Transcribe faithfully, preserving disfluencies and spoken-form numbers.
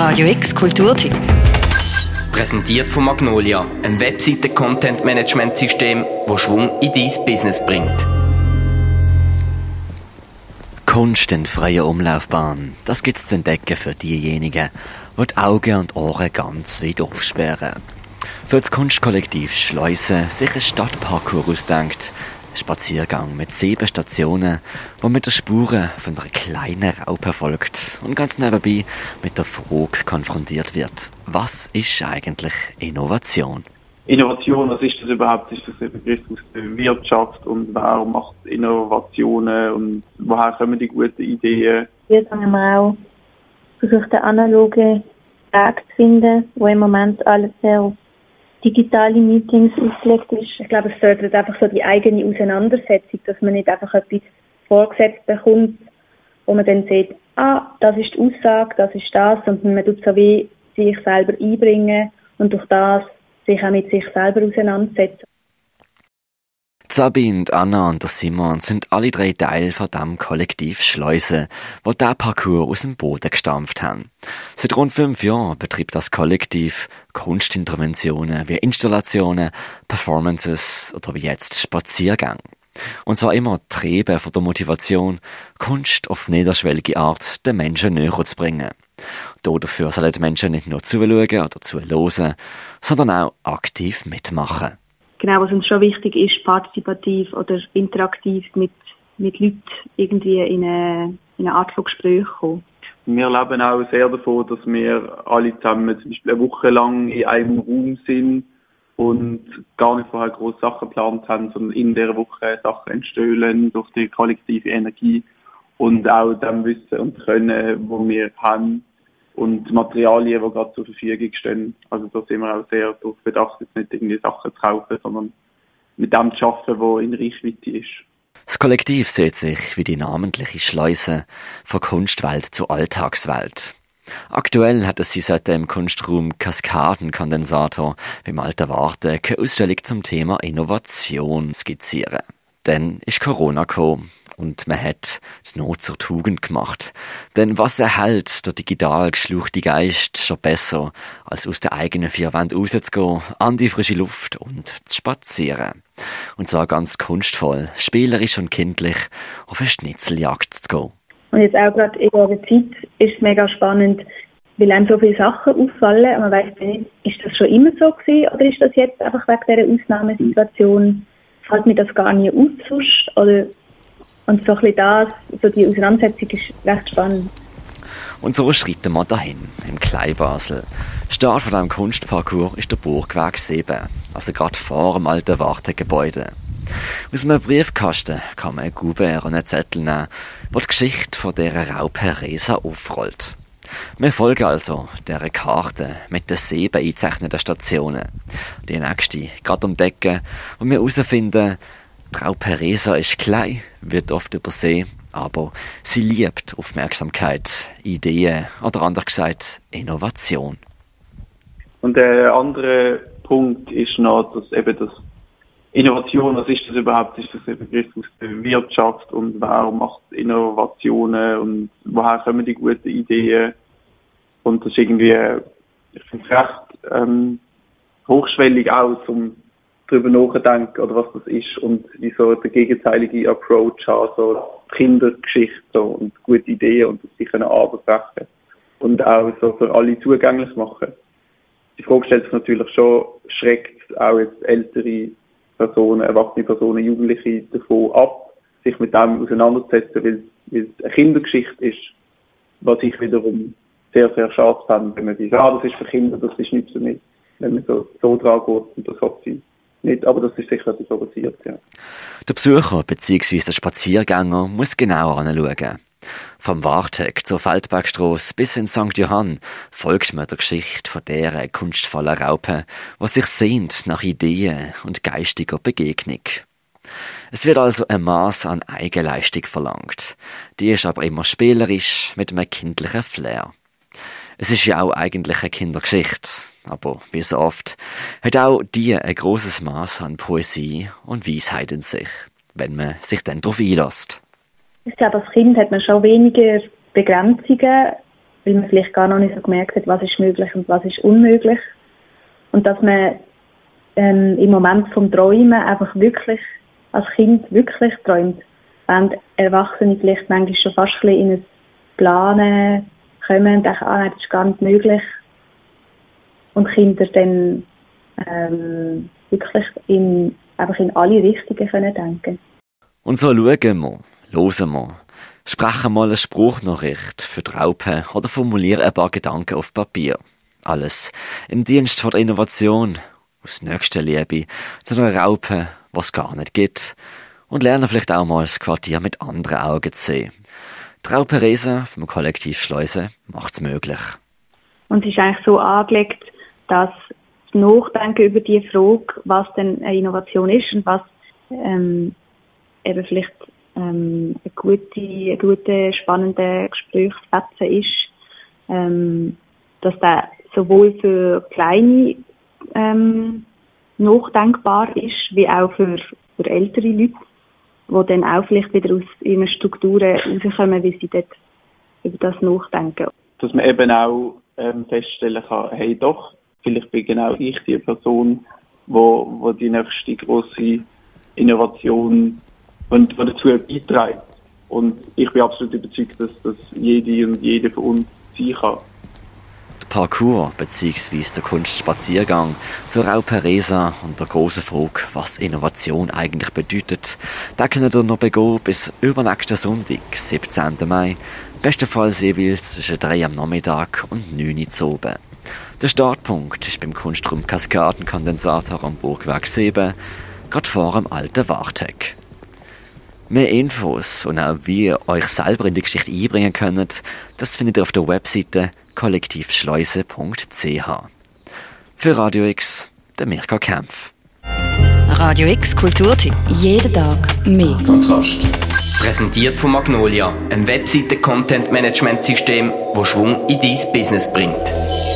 Radio X Kulturtipp. Präsentiert von Magnolia, ein Webseiten-Content-Management-System, das Schwung in dein Business bringt. Kunst in freier Umlaufbahn, das gibt's zu entdecken für diejenigen, die die Augen und Ohren ganz weit aufsperren. So hat das Kunstkollektiv Schleuse sich einen Stadtparcours ausgedacht. Ein Spaziergang mit sieben Stationen, wo mit den Spuren von einer kleinen Raupe folgt und ganz nebenbei mit der Frage konfrontiert wird: Was ist eigentlich Innovation? Innovation, was ist das überhaupt? Ist das ein Begriff aus der Wirtschaft und wer macht Innovationen und woher kommen die guten Ideen? Jetzt haben wir auch versucht, einen analogen Weg zu finden, wo im Moment alles sehr auf digitale Meetings ausgelegt ist. Ich glaube, es fördert einfach so die eigene Auseinandersetzung, dass man nicht einfach etwas vorgesetzt bekommt, wo man dann sieht, ah, das ist die Aussage, das ist das, sondern man tut so wie sich selber einbringen und durch das sich auch mit sich selber auseinandersetzen. Sabine, Anna und Simon sind alle drei Teil von dem Kollektiv Schleuse, wo diesen Parcours aus dem Boden gestampft haben. Seit rund fünf Jahren betreibt das Kollektiv Kunstinterventionen wie Installationen, Performances oder wie jetzt Spaziergänge. Und zwar immer Treiben von der Motivation, Kunst auf niederschwellige Art den Menschen näher zu bringen. Dafür sollen die Menschen nicht nur zuschauen oder zuhören, sondern auch aktiv mitmachen. Genau, was uns schon wichtig ist, partizipativ oder interaktiv mit, mit Leuten irgendwie in eine, in eine Art von Gespräch kommen. Wir leben auch sehr davon, dass wir alle zusammen zum Beispiel eine Woche lang in einem Raum sind und gar nicht vorher grosse Sachen geplant haben, sondern in dieser Woche Sachen entstehen durch die kollektive Energie und auch dem Wissen und Können, das wir haben. Und Materialien, die gerade zur Verfügung stehen. Also da sind wir auch sehr darauf bedacht, jetzt nicht irgendwie Sachen zu kaufen, sondern mit dem zu arbeiten, was in Reichweite ist. Das Kollektiv sieht sich wie die namentliche Schleuse von Kunstwelt zur Alltagswelt. Aktuell hat es sie seit dem Kunstraum Kaskadenkondensator beim Alten Warten keine Ausstellung zum Thema Innovation skizzieren. Dann ist Corona gekommen. Und man hat die Not zur Tugend gemacht. Denn was erhält der digital geschlauchte Geist schon besser, als aus der eigenen vier Wänden rauszugehen, an die frische Luft und zu spazieren? Und zwar ganz kunstvoll, spielerisch und kindlich auf eine Schnitzeljagd zu gehen. Und jetzt auch gerade in dieser Zeit ist es mega spannend, weil einem so viele Sachen auffallen und man weiss nicht, ist das schon immer so gewesen oder ist das jetzt einfach wegen dieser Ausnahmesituation, fällt mir das gar nicht aus sonst, oder? Und so ein bisschen das, so die Auseinandersetzung ist recht spannend. Und so schreiten wir dahin, im Kleinbasel. Start von diesem Kunstparcours ist der Burgweg sieben, also gerade vor dem alten Wartegebäude. Aus einem Briefkasten kann man ein Kuvert und einen Zettel nehmen, wo die Geschichte von dieser Raupe Resa aufrollt. Wir folgen also dieser Karte mit den sieben eingezeichneten Stationen. Die nächste gerade um die Ecke, wo wir herausfinden, die Raupe Resa ist klein, wird oft übersehen, aber sie liebt Aufmerksamkeit, Ideen oder anders gesagt Innovation. Und der andere Punkt ist noch, dass eben das Innovation, was ist das überhaupt? Ist das ein Begriff aus der Wirtschaft und wer macht Innovationen und woher kommen die guten Ideen? Und das ist irgendwie, ich finde es recht ähm, hochschwellig auch, um darüber nachdenken, oder was das ist und wie so der gegenteilige Approach haben, so Kindergeschichte so, und gute Ideen und das sie können anbrechen und auch so für alle zugänglich machen. Die Frage stellt sich natürlich schon, schreckt auch jetzt ältere Personen, erwachsene Personen, Jugendliche davon ab, sich mit dem auseinanderzusetzen, weil, weil es eine Kindergeschichte ist, was ich wiederum sehr, sehr schade fand, wenn man sagt, ah, das ist für Kinder, das ist nicht für mich, wenn man so, so dran geht und das hat sie nicht, aber das ist sicher etwas, was passiert, ja. Der Besucher bzw. der Spaziergänger muss genauer anschauen. Vom Warteg zur Feldbergstrasse bis in Sankt Johann folgt man der Geschichte von dieser kunstvollen Raupe, die sich sehnt nach Ideen und geistiger Begegnung. Es wird also ein Maß an Eigenleistung verlangt. Die ist aber immer spielerisch mit einem kindlichen Flair. Es ist ja auch eigentlich eine Kindergeschichte, aber wie so oft hat auch die ein grosses Maß an Poesie und Weisheit in sich, wenn man sich dann darauf einlässt. Ich glaube, als Kind hat man schon weniger Begrenzungen weil man vielleicht gar noch nicht so gemerkt hat, was ist möglich und was ist unmöglich. Und dass man ähm, im Moment vom Träumen einfach wirklich, als Kind wirklich träumt, während Erwachsene vielleicht manchmal schon fast ein bisschen in ein Planen kommen und denken, ah, das ist gar nicht möglich. Und Kinder dann ähm, wirklich in, einfach in alle Richtungen können denken. Und so schauen wir, hören wir, sprechen mal eine Spruchnachricht für die Raupe oder formulieren ein paar Gedanken auf Papier. Alles im Dienst von der Innovation, aus Nächstenliebe zu einer Raupe, was gar nicht gibt. Und lernen vielleicht auch mal das Quartier mit anderen Augen zu sehen. Die Raupe Resa vom Kollektiv Schleuse macht es möglich. Und es ist eigentlich so angelegt, dass das Nachdenken über die Frage, was denn eine Innovation ist und was ähm, eben vielleicht ähm, eine gute, eine gute, spannende Gesprächsfetzen ist, ähm, dass der sowohl für kleine ähm, nachdenkbar ist, wie auch für, für ältere Leute, die dann auch vielleicht wieder aus ihren Strukturen rauskommen, wie sie dort über das nachdenken. Dass man eben auch ähm, feststellen kann, hey doch, vielleicht bin genau ich die Person, wo, wo die nächste grosse Innovation und, die dazu beiträgt. Und ich bin absolut überzeugt, dass das jede und jede von uns sein kann. Der Parcours bzw. der Kunstspaziergang zur Raupe Resa und der grossen Frage, was Innovation eigentlich bedeutet, den könnt ihr noch begehen bis übernächsten Sonntag, siebzehnten Mai, bestenfalls jeweils zwischen drei am Nachmittag und neun Uhr oben. Der Startpunkt ist beim Kunstraum Kaskadenkondensator am Burgweg sieben, gerade vor dem alten Warteg. Mehr Infos und auch wie ihr euch selber in die Geschichte einbringen könnt, das findet ihr auf der Webseite kollektivschleuse punkt c h. Für Radio X, der Mirka Kempf. Radio X Kulturtipp. Jeden Tag mehr. Kontrast. Präsentiert von Magnolia, einem Webseiten-Content-Management-System, das Schwung in dein Business bringt.